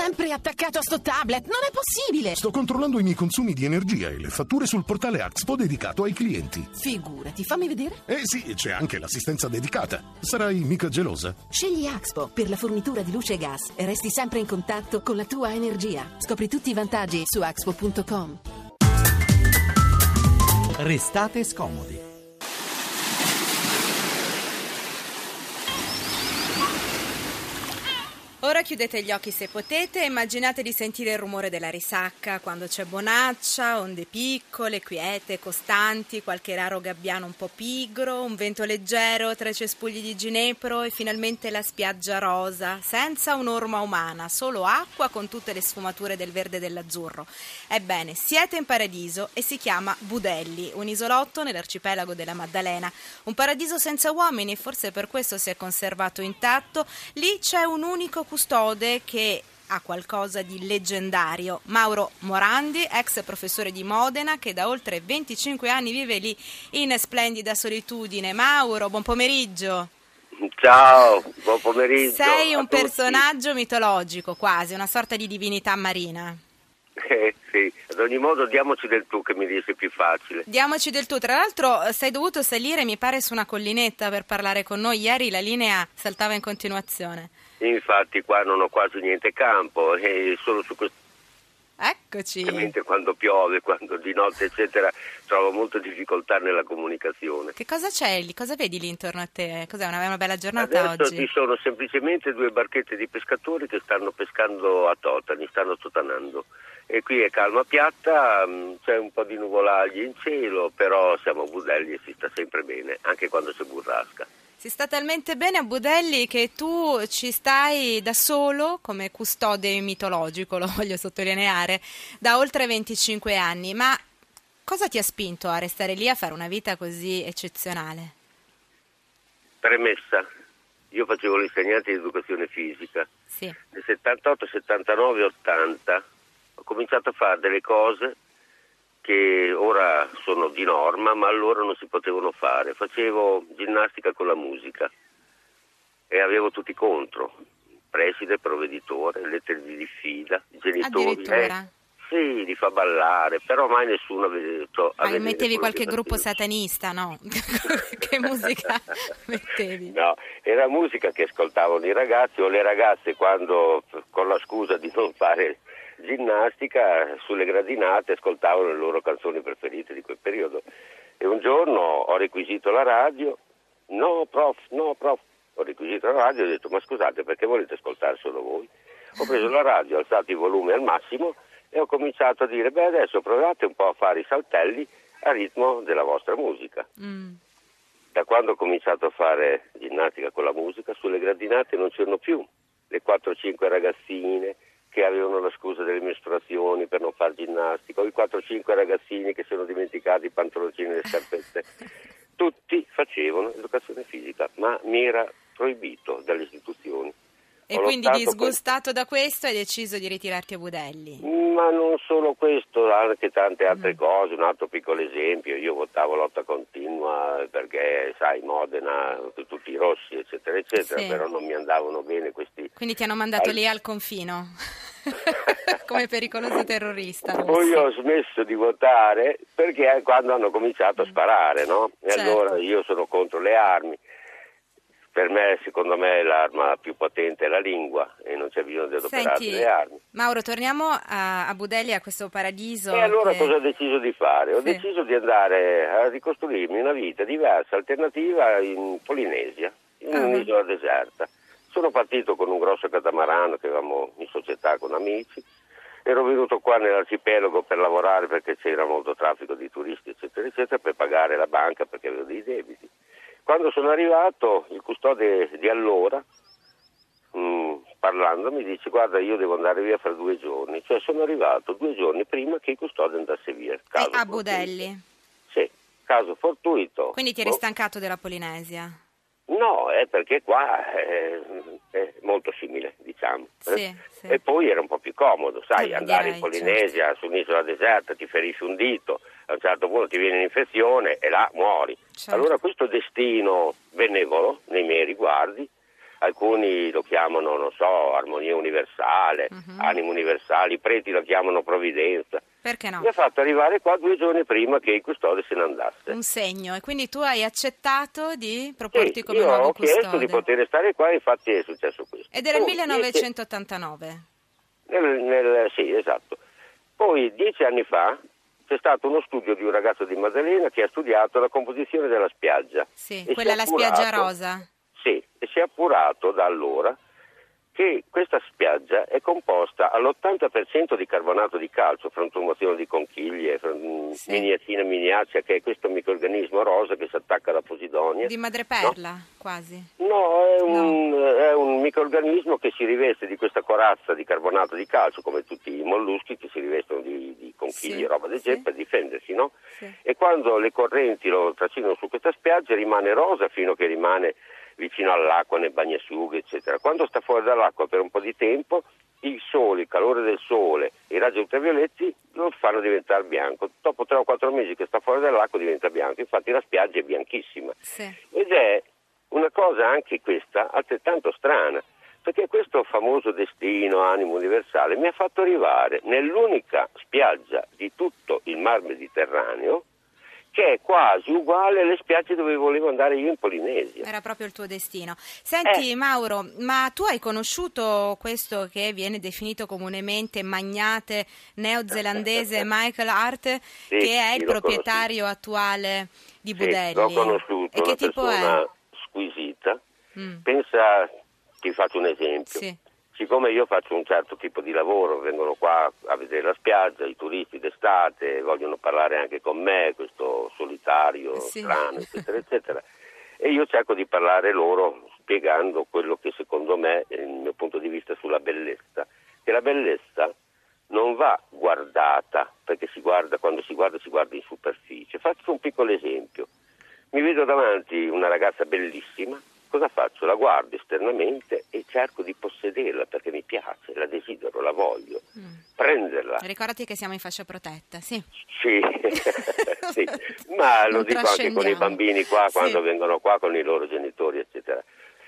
sempre attaccato a sto tablet, non è possibile! Sto controllando i miei consumi di energia e le fatture sul portale Axpo dedicato ai clienti. Figurati, fammi vedere. Sì, c'è anche l'assistenza dedicata. Sarai mica gelosa? Scegli Axpo per la fornitura di luce e gas e resti sempre in contatto con la tua energia. Scopri tutti i vantaggi su axpo.com. Restate scomodi. Ora chiudete gli occhi se potete e immaginate di sentire il rumore della risacca quando c'è bonaccia, onde piccole, quiete, costanti, qualche raro gabbiano un po' pigro, un vento leggero tra i cespugli di ginepro e finalmente la spiaggia rosa, senza un'orma umana, solo acqua con tutte le sfumature del verde e dell'azzurro. Ebbene, siete in paradiso e si chiama Budelli, un isolotto nell'arcipelago della Maddalena, un paradiso senza uomini e forse per questo si è conservato intatto. Lì c'è un unico custode che ha qualcosa di leggendario, Mauro Morandi, ex professore di Modena che da oltre 25 anni vive lì in splendida solitudine. Mauro, buon pomeriggio. Ciao, buon pomeriggio. Sei un personaggio mitologico quasi, una sorta di divinità marina. Sì, ad ogni modo diamoci del tu che mi riesce più facile. Diamoci del tu, tra l'altro sei dovuto salire mi pare su una collinetta per parlare con noi, ieri la linea saltava in continuazione. Infatti qua non ho quasi niente campo e solo su questo. Eccoci. Ovviamente quando piove, quando di notte eccetera, trovo molta difficoltà nella comunicazione. Che cosa c'è lì? Cosa vedi lì intorno a te? Cos'è, una bella giornata Adesso oggi? ci sono semplicemente 2 barchette di pescatori che stanno pescando a Totani, stanno totanando. E qui è calma piatta, c'è un po' di nuvolagli in cielo, però siamo a Budelli e si sta sempre bene, anche quando c'è burrasca. Si sta talmente bene a Budelli che tu ci stai da solo, come custode mitologico, lo voglio sottolineare, da oltre 25 anni. Ma cosa ti ha spinto a restare lì a fare una vita così eccezionale? Premessa, io facevo l'insegnante di educazione fisica. Sì. Nel 78, 79, 80 ho cominciato a fare delle cose che ora sono di norma, ma allora non si potevano fare. Facevo ginnastica con la musica e avevo tutti contro, preside, provveditore, lettere di diffida, genitori. Addirittura? Sì, li fa ballare, però mai nessuno Ma mettevi qualche gruppo satanista, no? Che musica mettevi? No, era musica che ascoltavano i ragazzi o le ragazze quando, con la scusa di non fare ginnastica, sulle gradinate ascoltavano le loro canzoni preferite di quel periodo. E un giorno ho requisito la radio, no prof, ho requisito la radio e ho detto ma scusate perché volete ascoltare solo voi? Ho preso la radio, ho alzato il volume al massimo e ho cominciato a dire adesso provate un po' a fare i saltelli a ritmo della vostra musica. Da quando ho cominciato a fare ginnastica con la musica, sulle gradinate non c'erano più le 4-5 ragazzine che avevano la scusa delle mestruazioni per non fare ginnastica, o i 4-5 ragazzini che si sono dimenticati i pantaloncini e le scarpette. Tutti facevano educazione fisica, ma mi era proibito dalle istituzioni. E quindi disgustato da questo hai deciso di ritirarti a Budelli? Ma non solo questo, anche tante altre cose. Un altro piccolo esempio, io votavo lotta continua perché sai Modena, tutti i rossi eccetera eccetera, sì. Però non mi andavano bene questi. Quindi ti hanno mandato lì al confino come pericoloso terrorista. Poi ho smesso di votare perché quando hanno cominciato a sparare, no? E certo. Allora io sono contro le armi. Per me, secondo me, l'arma più potente è la lingua e non c'è bisogno di adoperare le armi. Mauro, torniamo a Budelli, a questo paradiso. E allora cosa ho deciso di fare? Ho deciso di andare a ricostruirmi una vita diversa, alternativa in Polinesia, in un'isola deserta. Sono partito con un grosso catamarano che avevamo in società con amici. Ero venuto qua nell'arcipelago per lavorare perché c'era molto traffico di turisti, eccetera, eccetera, per pagare la banca perché avevo dei debiti. Quando sono arrivato, il custode di allora, parlando, mi dice guarda io devo andare via fra 2 giorni. Cioè sono arrivato 2 giorni prima che il custode andasse via. A Budelli? Sì, caso fortuito. Quindi ti eri stancato della Polinesia? No, perché qua è molto simile, diciamo. Sì. E poi era un po' più comodo, sai, andare in Polinesia, certo. Su un'isola deserta, ti ferisci un dito, a un certo punto ti viene un'infezione e là muori. Certo. Allora questo destino benevolo, nei miei riguardi, alcuni lo chiamano, non so, armonia universale, animo universale, i preti lo chiamano provvidenza. Perché no? Mi ha fatto arrivare qua 2 giorni prima che il custode se ne andasse. Un segno, e quindi tu hai accettato di proporti come io nuovo ho chiesto custode. di poter stare qua, infatti è successo questo. Ed era il Poi, 1989. Sì, esatto. Poi 10 anni fa c'è stato uno studio di un ragazzo di Maddalena che ha studiato la composizione della spiaggia. Sì, E quella si è la spiaggia appurato- rosa. Sì, e si è appurato da allora che questa spiaggia è composta all'80% di carbonato di calcio, frantumazione di conchiglie, Sì. miniatina miniacea, che è questo microrganismo rosa che si attacca alla posidonia. Di madreperla, quasi. No, è un microrganismo che si riveste di questa corazza di carbonato di calcio, come tutti i molluschi che si rivestono di conchiglie Sì, e roba del sì. genere per difendersi, no? Sì. E quando le correnti lo trascinano su questa spiaggia rimane rosa fino a che rimane vicino all'acqua, nei bagnasciughe, eccetera. Quando sta fuori dall'acqua per un po' di tempo, il sole, il calore del sole, i raggi ultravioletti lo fanno diventare bianco. Dopo 3 o 4 mesi che sta fuori dall'acqua diventa bianco, infatti la spiaggia è bianchissima. Sì. Ed è una cosa anche questa altrettanto strana, perché questo famoso destino, animo universale, mi ha fatto arrivare nell'unica spiaggia di tutto il Mar Mediterraneo che è quasi uguale alle spiagge dove volevo andare io in Polinesia. Era proprio il tuo destino. Senti Mauro, ma tu hai conosciuto questo che viene definito comunemente magnate neozelandese Michael Hart, Sì, che è sì, il l'ho proprietario attuale di Budelli? Sì, l'ho conosciuto, E che una tipo persona è? squisita. Mm. Pensa, ti faccio un esempio. Sì. Siccome io faccio un certo tipo di lavoro, vengono qua a vedere la spiaggia, i turisti d'estate, vogliono parlare anche con me, questo solitario, Sì. strano, eccetera, eccetera. E io cerco di parlare loro spiegando quello che secondo me è il mio punto di vista sulla bellezza. Che la bellezza non va guardata, perché quando si guarda in superficie. Faccio un piccolo esempio. Mi vedo davanti una ragazza bellissima. Cosa faccio? La guardo esternamente e cerco di possederla perché mi piace, la desidero, la voglio, prenderla. Ricordati che siamo in fascia protetta, sì. Sì, sì. Ma lo Non dico anche con i trascendiamo. bambini qua, Sì. quando vengono qua con i loro genitori, eccetera.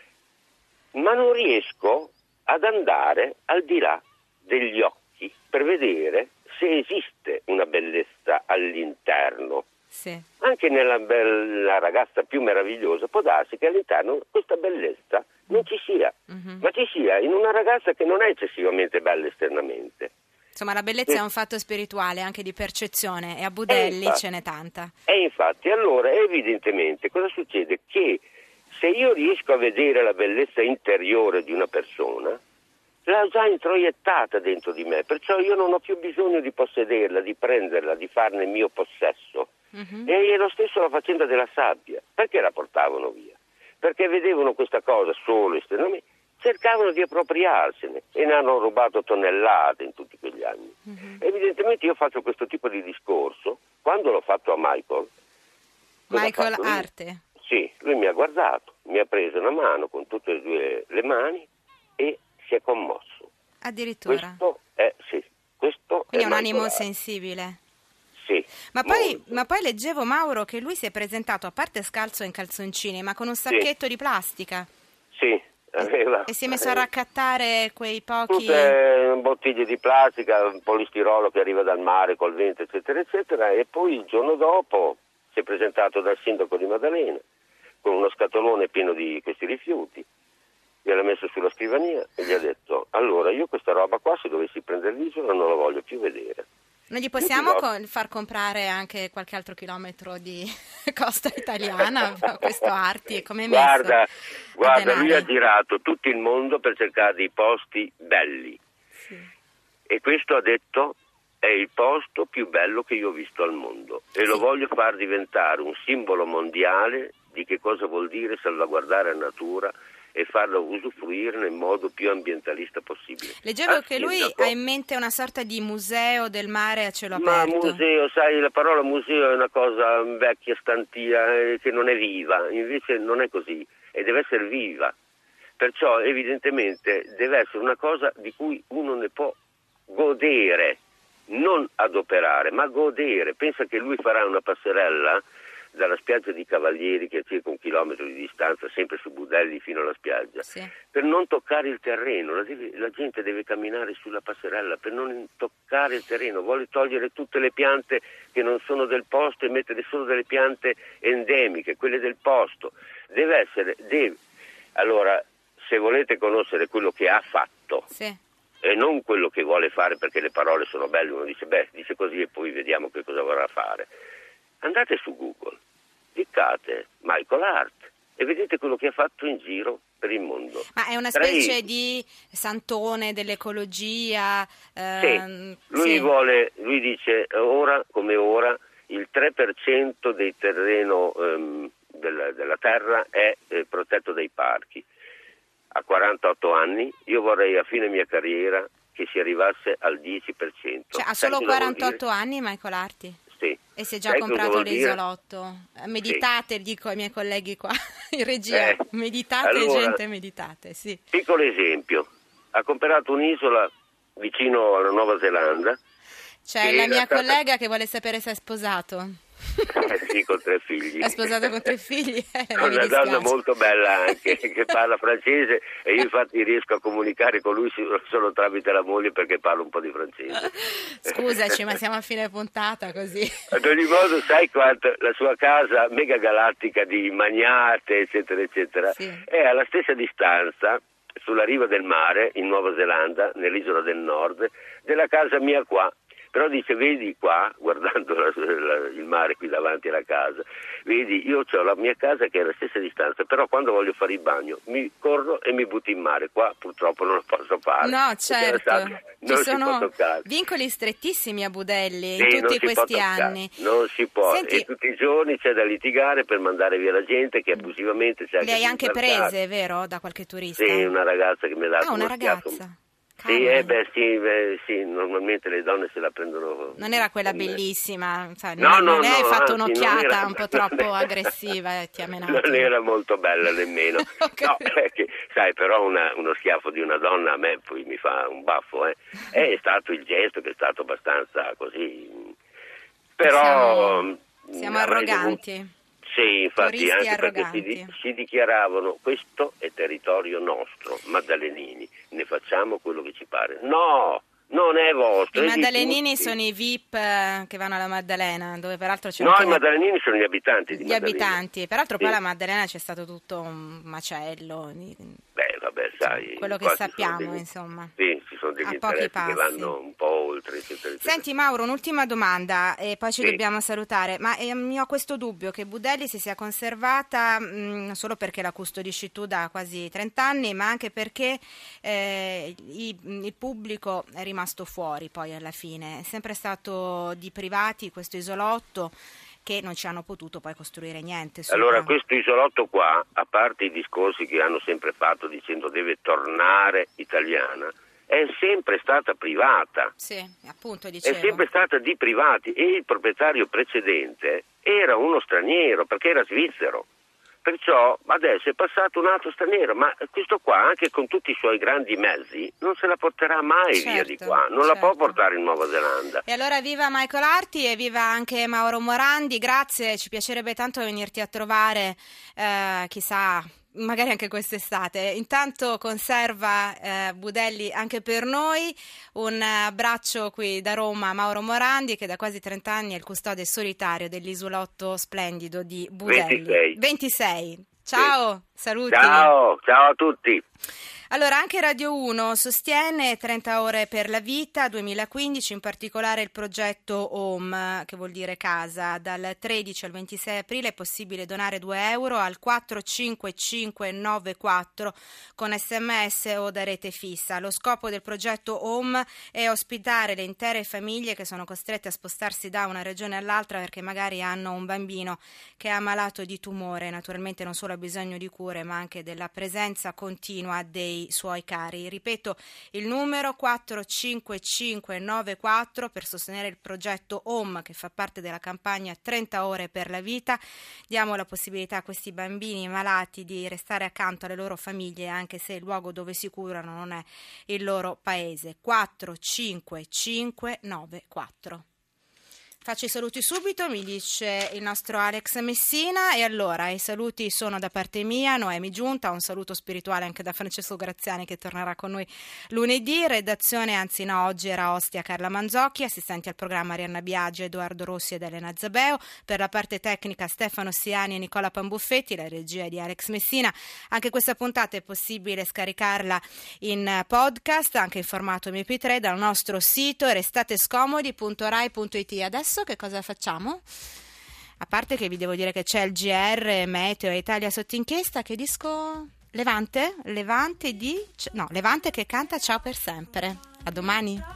Ma non riesco ad andare al di là degli occhi per vedere se esiste una bellezza all'interno. Sì. Anche nella bella ragazza più meravigliosa può darsi che all'interno questa bellezza non ci sia, ma ci sia in una ragazza che non è eccessivamente bella esternamente. Insomma, la bellezza è un fatto spirituale, anche di percezione, e a Budelli infatti. ce n'è tanta. E infatti allora evidentemente cosa succede? Che se io riesco a vedere la bellezza interiore di una persona, l'ho già introiettata dentro di me, perciò io non ho più bisogno di possederla, di prenderla, di farne mio possesso. E è lo stesso la faccenda della sabbia. Perché la portavano via? Perché vedevano questa cosa solo esternamente, cercavano di appropriarsene e ne hanno rubato tonnellate in tutti quegli anni. Evidentemente io faccio questo tipo di discorso. Quando l'ho fatto a Michael Michael fatto lui? Arte. Sì, lui mi ha guardato, mi ha preso una mano con tutte e 2 le mani e si è commosso. Addirittura. Questo Quindi è un Michael animo Hart. sensibile. Sì. Ma molto. poi leggevo, Mauro, che lui si è presentato, a parte scalzo in calzoncini, ma con un sacchetto di plastica. Sì, aveva. E si è messo a raccattare quei pochi... Tutte bottiglie di plastica, un polistirolo che arriva dal mare col vento, eccetera, eccetera. E poi il giorno dopo si è presentato dal sindaco di Maddalena con uno scatolone pieno di questi rifiuti. Gliel'ha messo sulla scrivania e gli ha detto: allora io questa roba qua, se dovessi prendere l'isola, non la voglio più vedere. Non gli possiamo far comprare anche qualche altro chilometro di costa italiana a questo Arti? Come è messo? Guarda, lui ha girato tutto il mondo per cercare dei posti belli. Sì. E questo, ha detto, è il posto più bello che io ho visto al mondo. E lo voglio far diventare un simbolo mondiale di che cosa vuol dire salvaguardare la natura e farlo usufruire nel modo più ambientalista possibile. Leggevo che lui ha in mente una sorta di museo del mare a cielo Ma aperto. museo, sai, la parola museo è una cosa vecchia, stantia, che non è viva, invece non è così, e deve essere viva. Perciò evidentemente deve essere una cosa di cui uno ne può godere, non adoperare, ma godere. Pensa che lui farà una passerella dalla spiaggia di Cavalieri, che è a circa 1 chilometro di distanza, sempre su Budelli fino alla spiaggia, per non toccare il terreno. La gente deve camminare sulla passerella per non toccare il terreno, vuole togliere tutte le piante che non sono del posto e mettere solo delle piante endemiche, quelle del posto. Allora, se volete conoscere quello che ha fatto, e non quello che vuole fare, perché le parole sono belle, uno dice così e poi vediamo che cosa vorrà fare. Andate su Google, cliccate Michael Hart e vedete quello che ha fatto in giro per il mondo. Ma è una specie di santone dell'ecologia? Lui dice ora come ora il 3% del terreno della terra è protetto dai parchi. A 48 anni io vorrei a fine mia carriera che si arrivasse al 10%. Cioè ha solo 48 anni Michael Arti? Sì. E si è già comprato l'isolotto? Meditate, dico ai miei colleghi qua in regia, meditate allora, gente, meditate. Sì. Piccolo esempio, ha comprato un'isola vicino alla Nuova Zelanda. C'è la mia collega che vuole sapere se è sposato. Sì, con 3 figli. È sposato con 3 figli? Una donna molto bella anche, che parla francese e io infatti riesco a comunicare con lui solo tramite la moglie perché parla un po' di francese. Scusaci, ma siamo a fine puntata così. Ad ogni modo, sai quanto la sua casa mega galattica di Magnate, eccetera, eccetera, è alla stessa distanza, sulla riva del mare, in Nuova Zelanda, nell'isola del nord, della casa mia qua. Però dice, vedi qua, guardando il mare qui davanti alla casa, vedi, io ho la mia casa che è alla stessa distanza, però quando voglio fare il bagno mi corro e mi butto in mare. Qua purtroppo non lo posso fare. No, certo. Ci sono vincoli strettissimi a Budelli in sì, tutti questi anni. Non si può. Senti, e tutti i giorni c'è da litigare per mandare via la gente che abusivamente... Le hai anche prese, vero, da qualche turista? Sì, una ragazza che mi ha dato una schiaffo. Ragazza? Sì, normalmente le donne se la prendono. Non era quella bellissima, sai, non hai fatto un'occhiata un po' troppo aggressiva e ti ha menato. Non era molto bella nemmeno. No, perché, sai, però uno schiaffo di una donna a me poi mi fa un baffo, È stato il gesto che è stato abbastanza così. Però siamo arroganti. Sì, infatti, turisti anche arroganti. Perché si dichiaravano questo è territorio nostro, Maddalenini, ne facciamo quello che ci pare. No, non è vostro. I Maddalenini sono i VIP che vanno alla Maddalena, dove peraltro c'è i Maddalenini sono gli abitanti di Maddalena. Abitanti, peraltro poi alla Maddalena c'è stato tutto un macello. Vabbè, sai. Quello che sappiamo, insomma. Sì, ci sono degli interessi che vanno un po' oltre. Eccetera. Senti Mauro, un'ultima domanda e poi ci dobbiamo salutare, ma io ho questo dubbio che Budelli si sia conservata non solo perché la custodisci tu da quasi 30 anni, ma anche perché il pubblico è rimasto fuori poi alla fine, è sempre stato di privati questo isolotto che non ci hanno potuto poi costruire niente. Allora questo isolotto qua, a parte i discorsi che hanno sempre fatto dicendo deve tornare italiana, è sempre stata privata. Sì, appunto dicevo. È sempre stata di privati e il proprietario precedente era uno straniero perché era svizzero. Perciò adesso è passato un altro straniero, ma questo qua, anche con tutti i suoi grandi mezzi, non se la porterà mai via di qua, non la può portare in Nuova Zelanda. E allora viva Michael Arti e viva anche Mauro Morandi, grazie, ci piacerebbe tanto venirti a trovare, chissà, magari anche quest'estate. Intanto conserva Budelli anche per noi, un abbraccio qui da Roma a Mauro Morandi che da quasi 30 anni è il custode solitario dell'isolotto splendido di Budelli. 26. Ciao, saluti. Ciao a tutti. Allora, anche Radio 1 sostiene 30 ore per la vita 2015, in particolare il progetto Home, che vuol dire casa. Dal 13 al 26 aprile è possibile donare 2 euro al 45594 con SMS o da rete fissa. Lo scopo del progetto Home è ospitare le intere famiglie che sono costrette a spostarsi da una regione all'altra perché magari hanno un bambino che è ammalato di tumore. Naturalmente non solo ha bisogno di cure, ma anche della presenza continua dei suoi cari. Ripeto il numero 45594 per sostenere il progetto Home che fa parte della campagna 30 ore per la vita. Diamo la possibilità a questi bambini malati di restare accanto alle loro famiglie anche se il luogo dove si curano non è il loro paese. 45594. Faccio i saluti subito, mi dice il nostro Alex Messina. E allora i saluti sono da parte mia, Noemi Giunta, un saluto spirituale anche da Francesco Graziani che tornerà con noi lunedì. Redazione, anzi no, oggi era Ostia Carla Manzocchi, assistenti al programma Arianna Biagi, Edoardo Rossi ed Elena Zabeo, per la parte tecnica Stefano Siani e Nicola Pambuffetti, la regia di Alex Messina. Anche questa puntata è possibile scaricarla in podcast, anche in formato MP3 dal nostro sito restatescomodi.rai.it. Adesso che cosa facciamo? A parte che vi devo dire che c'è il GR, Meteo e Italia sotto inchiesta. Che disco? Levante che canta Ciao per sempre. A domani.